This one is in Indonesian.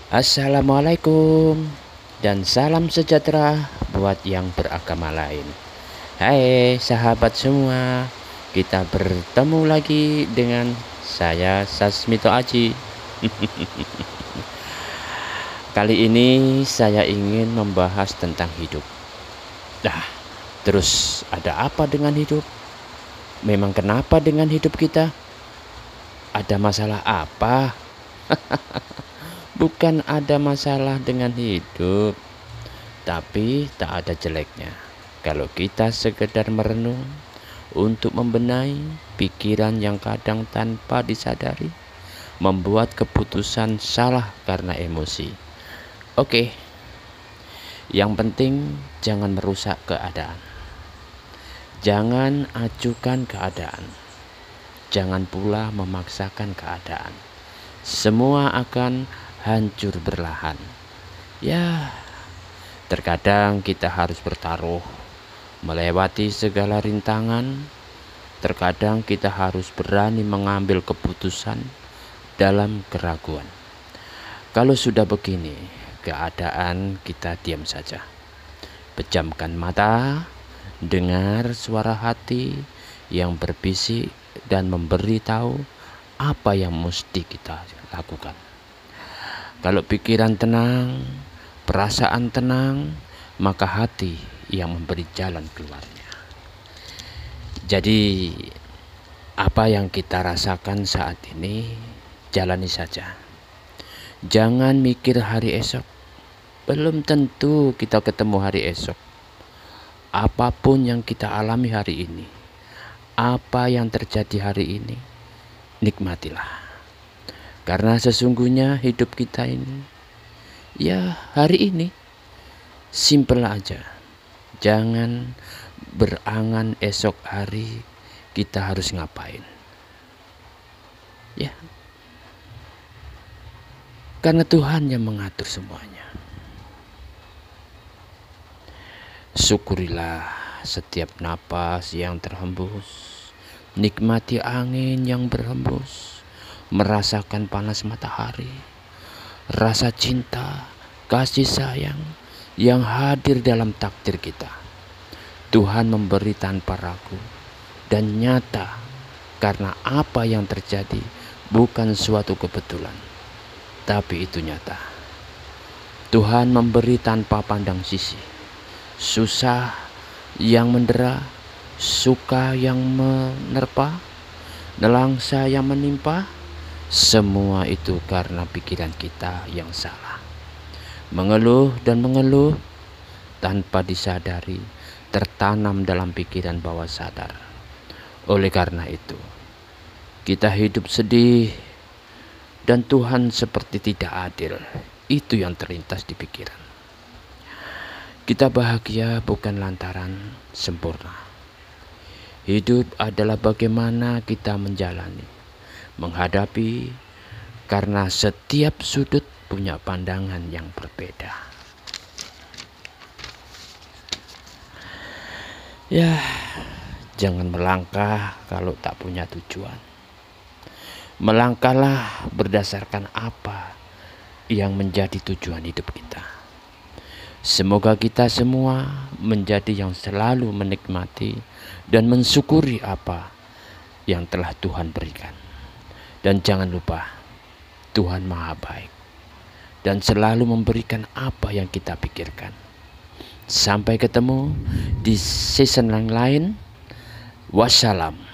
Assalamualaikum dan salam sejahtera buat yang beragama lain. Hai sahabat semua, kita bertemu lagi dengan saya Sasmito Aji. Kali ini saya ingin membahas tentang hidup. Nah, terus ada apa dengan hidup? Memang kenapa dengan hidup kita? Ada masalah apa? Bukan ada masalah dengan hidup, tapi tak ada jeleknya kalau kita sekedar merenung untuk membenahi pikiran yang kadang tanpa disadari membuat keputusan salah karena emosi. Oke, yang penting jangan merusak keadaan. Jangan acukan keadaan. Jangan pula memaksakan keadaan. Semua akan hancur berlahan. Ya, terkadang kita harus bertaruh, melewati segala rintangan. Terkadang kita harus berani mengambil keputusan dalam keraguan. Kalau sudah begini keadaan, kita diam saja. Pejamkan mata, dengar suara hati yang berbisik dan memberitahu apa yang mesti kita lakukan. Kalau pikiran tenang, perasaan tenang, maka hati yang memberi jalan keluarnya. Jadi, apa yang kita rasakan saat ini, jalani saja. Jangan mikir hari esok. Belum tentu kita ketemu hari esok. Apapun yang kita alami hari ini, apa yang terjadi hari ini, nikmatilah. Karena sesungguhnya hidup kita ini, ya hari ini, simple aja. Jangan berangan esok hari kita harus ngapain. Ya, karena Tuhan yang mengatur semuanya. Syukurilah setiap napas yang terhembus. Nikmati angin yang berhembus. Merasakan panas matahari, rasa cinta, kasih sayang yang hadir dalam takdir kita. Tuhan memberi tanpa ragu dan nyata, karena apa yang terjadi bukan suatu kebetulan, tapi itu nyata. Tuhan memberi tanpa pandang sisi. Susah yang mendera, suka yang menerpa, nelangsa yang menimpa, semua itu karena pikiran kita yang salah. Mengeluh dan mengeluh tanpa disadari tertanam dalam pikiran bawah sadar. Oleh karena itu, kita hidup sedih dan Tuhan seperti tidak adil. Itu yang terlintas di pikiran. Kita bahagia bukan lantaran sempurna. Hidup adalah bagaimana kita menjalani, menghadapi, karena setiap sudut punya pandangan yang berbeda. Ya, jangan melangkah kalau tak punya tujuan. Melangkahlah berdasarkan apa yang menjadi tujuan hidup kita. Semoga kita semua menjadi yang selalu menikmati dan mensyukuri apa yang telah Tuhan berikan. Dan jangan lupa, Tuhan Maha Baik dan selalu memberikan apa yang kita pikirkan. Sampai ketemu di season yang lain. Wassalam.